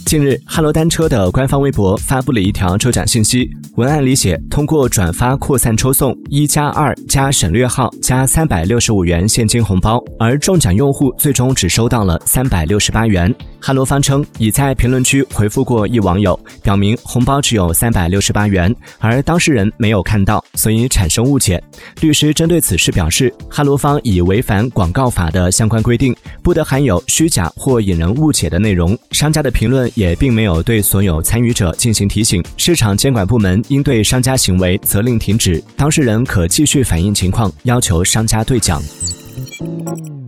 近日，哈罗单车的官方微博发布了一条抽奖信息，文案里写通过转发扩散抽送1+2加省略号加365元现金红包，而中奖用户最终只收到了368元。哈罗方称已在评论区回复过一网友，表明红包只有368元，而当事人没有看到，所以产生误解。律师针对此事表示，哈罗方已违反广告法的相关规定，不得含有虚假或引人误解的内容。商家的评论也并没有对所有参与者进行提醒，市场监管部门应对商家行为责令停止，当事人可继续反映情况，要求商家兑奖。